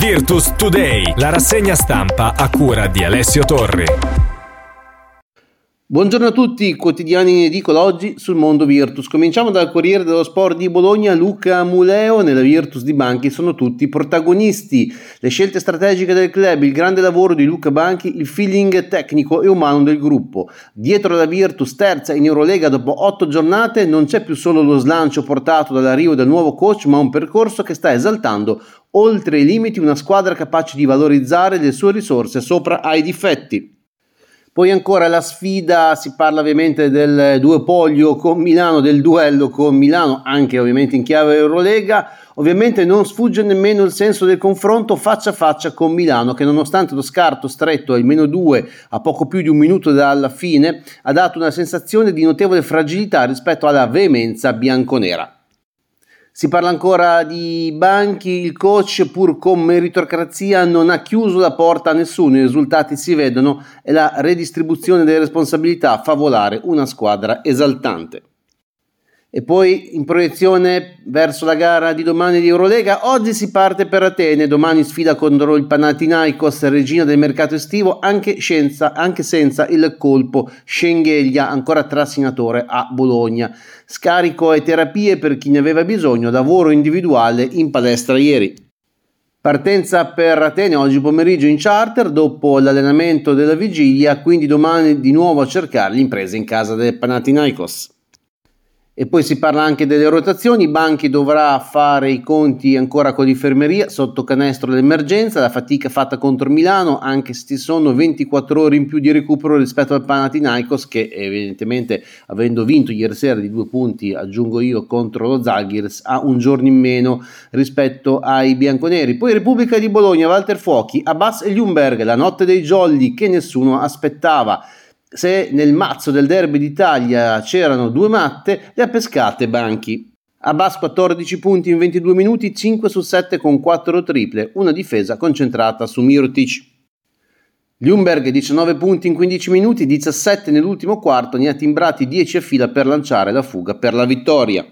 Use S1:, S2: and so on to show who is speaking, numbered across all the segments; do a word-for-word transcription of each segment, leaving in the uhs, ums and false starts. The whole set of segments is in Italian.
S1: Virtus Today, la rassegna stampa a cura di Alessio Torri.
S2: Buongiorno a tutti, quotidiani in edicola oggi sul mondo Virtus. Cominciamo dal Corriere dello Sport di Bologna. Luca Muleo nella Virtus di Banchi sono tutti protagonisti. Le scelte strategiche del club, il grande lavoro di Luca Banchi, il feeling tecnico e umano del gruppo. Dietro la Virtus terza in Eurolega dopo otto giornate non c'è più solo lo slancio portato dall'arrivo del nuovo coach, ma un percorso che sta esaltando oltre i limiti una squadra capace di valorizzare le sue risorse sopra ai difetti. Poi ancora la sfida, si parla ovviamente del duopolio con Milano, del duello con Milano, anche ovviamente in chiave Eurolega. Ovviamente non sfugge nemmeno il senso del confronto faccia a faccia con Milano, che nonostante lo scarto stretto ai meno due a poco più di un minuto dalla fine, ha dato una sensazione di notevole fragilità rispetto alla veemenza bianconera. Si parla ancora di Banchi, il coach pur con meritocrazia non ha chiuso la porta a nessuno, i risultati si vedono e la redistribuzione delle responsabilità fa volare una squadra esaltante. E poi in proiezione verso la gara di domani di Eurolega, oggi si parte per Atene, domani sfida contro il Panathinaikos, regina del mercato estivo, anche, scienza, anche senza il colpo Schengelia, ancora trascinatore a Bologna. Scarico e terapie per chi ne aveva bisogno, lavoro individuale in palestra ieri. Partenza per Atene oggi pomeriggio in charter dopo l'allenamento della vigilia, quindi domani di nuovo a cercare l'impresa in casa del Panathinaikos. E poi si parla anche delle rotazioni. Banchi dovrà fare i conti ancora con l'infermeria sotto canestro dell'emergenza, la fatica fatta contro Milano, anche se ci sono ventiquattro ore in più di recupero rispetto al Panathinaikos, che evidentemente avendo vinto ieri sera di due punti, aggiungo io, contro lo Zalgiris, ha un giorno in meno rispetto ai bianconeri. Poi Repubblica di Bologna, Walter Fuochi, Abbas e Ljungberg, la notte dei jolly che nessuno aspettava. Se nel mazzo del derby d'Italia c'erano due matte, le ha pescate Banchi. Abbas quattordici punti in ventidue minuti, cinque su sette con quattro triple, una difesa concentrata su Mirotic. Ljungberg diciannove punti in quindici minuti, diciassette nell'ultimo quarto, ne ha timbrati dieci a fila per lanciare la fuga per la vittoria.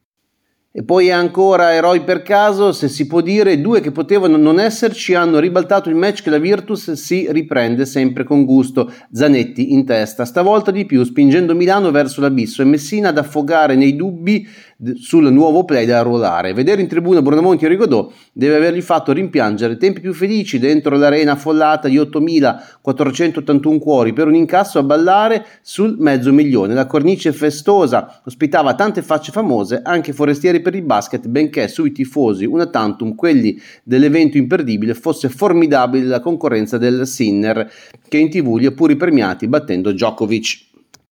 S2: E poi ancora eroi per caso, se si può dire, due che potevano non esserci hanno ribaltato il match che la Virtus si riprende sempre con gusto. Zanetti in testa, stavolta di più, spingendo Milano verso l'abisso e Messina ad affogare nei dubbi sul nuovo play da arruolare. Vedere in tribuna Buonamonti e Rigodò deve avergli fatto rimpiangere tempi più felici dentro l'arena affollata di ottomilaquattrocentottantuno cuori per un incasso a ballare sul mezzo milione. La cornice festosa ospitava tante facce famose, anche forestieri per il basket, benché sui tifosi una tantum quelli dell'evento imperdibile fosse formidabile la concorrenza del Sinner, che in tv li ha puri premiati battendo Djokovic.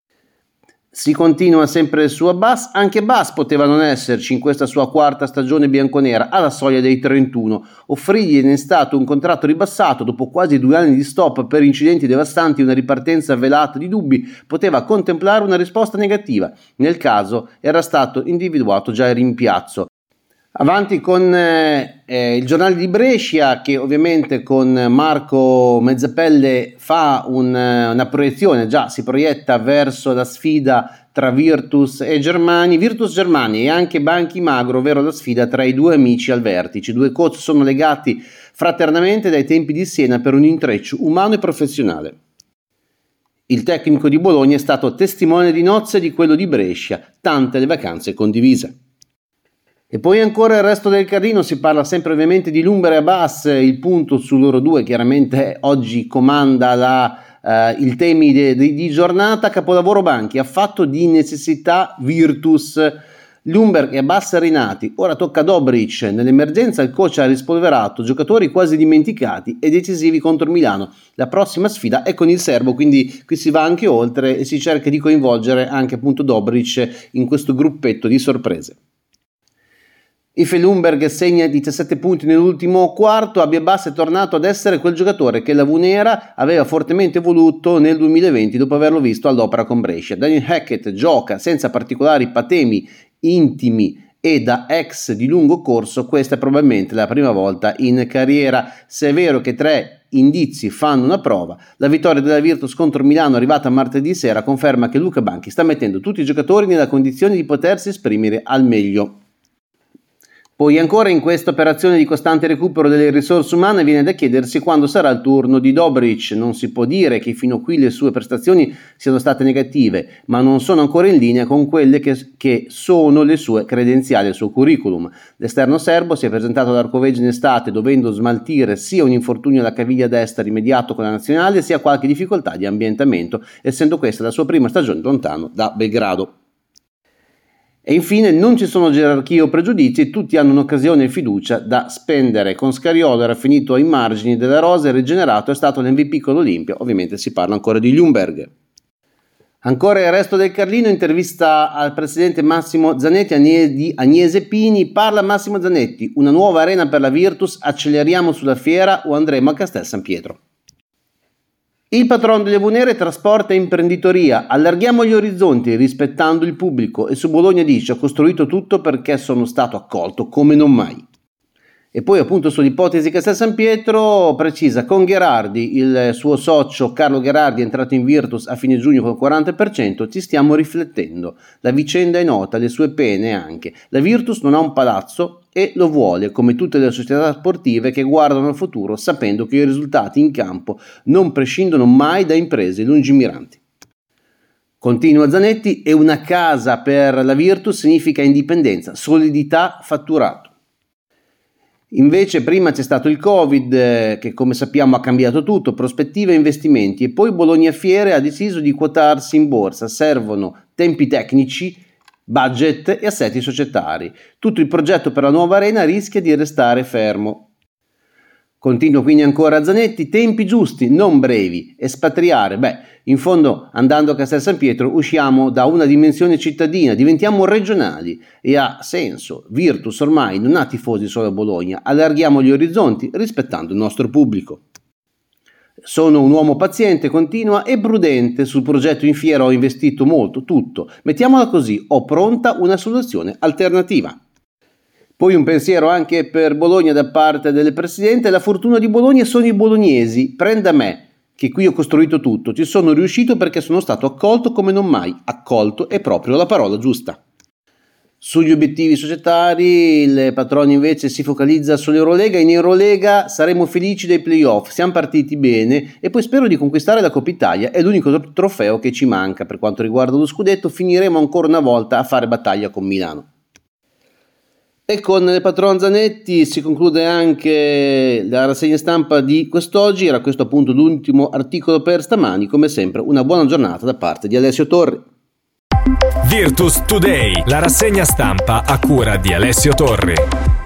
S2: Si continua sempre su Abbas, anche Abbas poteva non esserci in questa sua quarta stagione bianconera alla soglia dei trentuno, offrigli è stato un contratto ribassato dopo quasi due anni di stop per incidenti devastanti e una ripartenza velata di dubbi, poteva contemplare una risposta negativa, nel caso era stato individuato già il rimpiazzo. Avanti con eh, eh, il giornale di Brescia, che ovviamente con Marco Mezzapelle fa un, una proiezione, già si proietta verso la sfida tra Virtus e Germani, Virtus Germani e anche Banchi Magro, ovvero la sfida tra i due amici al vertice. I due coach sono legati fraternamente dai tempi di Siena per un intreccio umano e professionale. Il tecnico di Bologna è stato testimone di nozze di quello di Brescia, tante le vacanze condivise. E poi ancora il resto del carrino, si parla sempre ovviamente di Ljungberg e Abbas, il punto su loro due chiaramente oggi comanda la, eh, il temi de, de, di giornata. Capolavoro Banchi, ha fatto di necessità Virtus. Ljungberg e Abbas rinati, ora tocca a Dobric, nell'emergenza il coach ha rispolverato giocatori quasi dimenticati e decisivi contro il Milano. La prossima sfida è con il serbo, quindi qui si va anche oltre e si cerca di coinvolgere anche appunto Dobric in questo gruppetto di sorprese. Ife Ljungberg segna diciassette punti nell'ultimo quarto, Abbi Abbas è tornato ad essere quel giocatore che la Vunera aveva fortemente voluto nel duemilaventi dopo averlo visto all'Opera con Brescia. Daniel Hackett gioca senza particolari patemi intimi e da ex di lungo corso, questa è probabilmente la prima volta in carriera. Se è vero che tre indizi fanno una prova, la vittoria della Virtus contro Milano arrivata martedì sera conferma che Luca Banchi sta mettendo tutti i giocatori nella condizione di potersi esprimere al meglio. Poi ancora in questa operazione di costante recupero delle risorse umane viene da chiedersi quando sarà il turno di Dobrich. Non si può dire che fino a qui le sue prestazioni siano state negative, ma non sono ancora in linea con quelle che, che sono le sue credenziali, il suo curriculum. L'esterno serbo si è presentato ad Arcoveggio in estate dovendo smaltire sia un infortunio alla caviglia destra rimediato con la nazionale sia qualche difficoltà di ambientamento, essendo questa la sua prima stagione lontano da Belgrado. E infine non ci sono gerarchie o pregiudizi, tutti hanno un'occasione e fiducia da spendere. Con Scariolo era finito ai margini della rosa e rigenerato è stato l'M V P con l'Olimpia, ovviamente si parla ancora di Ljungberg. Ancora il resto del Carlino, intervista al presidente Massimo Zanetti di Agnese Pini, parla Massimo Zanetti, una nuova arena per la Virtus, acceleriamo sulla fiera o andremo a Castel San Pietro. Il patrono delle Venere trasporta e imprenditoria, allarghiamo gli orizzonti rispettando il pubblico e su Bologna dice ho costruito tutto perché sono stato accolto come non mai. E poi appunto sull'ipotesi Castel San Pietro precisa con Gherardi, il suo socio Carlo Gherardi è entrato in Virtus a fine giugno con il quaranta per cento, ci stiamo riflettendo, la vicenda è nota, le sue pene anche, la Virtus non ha un palazzo e lo vuole come tutte le società sportive che guardano al futuro sapendo che i risultati in campo non prescindono mai da imprese lungimiranti. Continua Zanetti, e una casa per la Virtus significa indipendenza, solidità, fatturato. Invece prima c'è stato il Covid eh, che come sappiamo ha cambiato tutto, prospettive e investimenti, e poi Bologna Fiere ha deciso di quotarsi in borsa, servono tempi tecnici, budget e assetti societari. Tutto il progetto per la nuova arena rischia di restare fermo. Continua quindi ancora Zanetti, tempi giusti, non brevi, espatriare, beh, in fondo andando a Castel San Pietro usciamo da una dimensione cittadina, diventiamo regionali e ha senso, Virtus ormai non ha tifosi solo a Bologna, allarghiamo gli orizzonti rispettando il nostro pubblico. Sono un uomo paziente, continua, e prudente, sul progetto in fiera ho investito molto, tutto, mettiamola così, ho pronta una soluzione alternativa. Poi un pensiero anche per Bologna da parte del presidente, la fortuna di Bologna sono i bolognesi, prenda me, che qui ho costruito tutto, ci sono riuscito perché sono stato accolto come non mai, accolto è proprio la parola giusta. Sugli obiettivi societari il patrono invece si focalizza sull'Eurolega, in Eurolega saremo felici dei playoff, siamo partiti bene e poi spero di conquistare la Coppa Italia, è l'unico trofeo che ci manca per quanto riguarda lo scudetto, finiremo ancora una volta a fare battaglia con Milano. E con il patron Zanetti si conclude anche la rassegna stampa di quest'oggi, era questo appunto l'ultimo articolo per stamani, come sempre una buona giornata da parte di Alessio Torri.
S1: Virtus Today, la rassegna stampa a cura di Alessio Torri.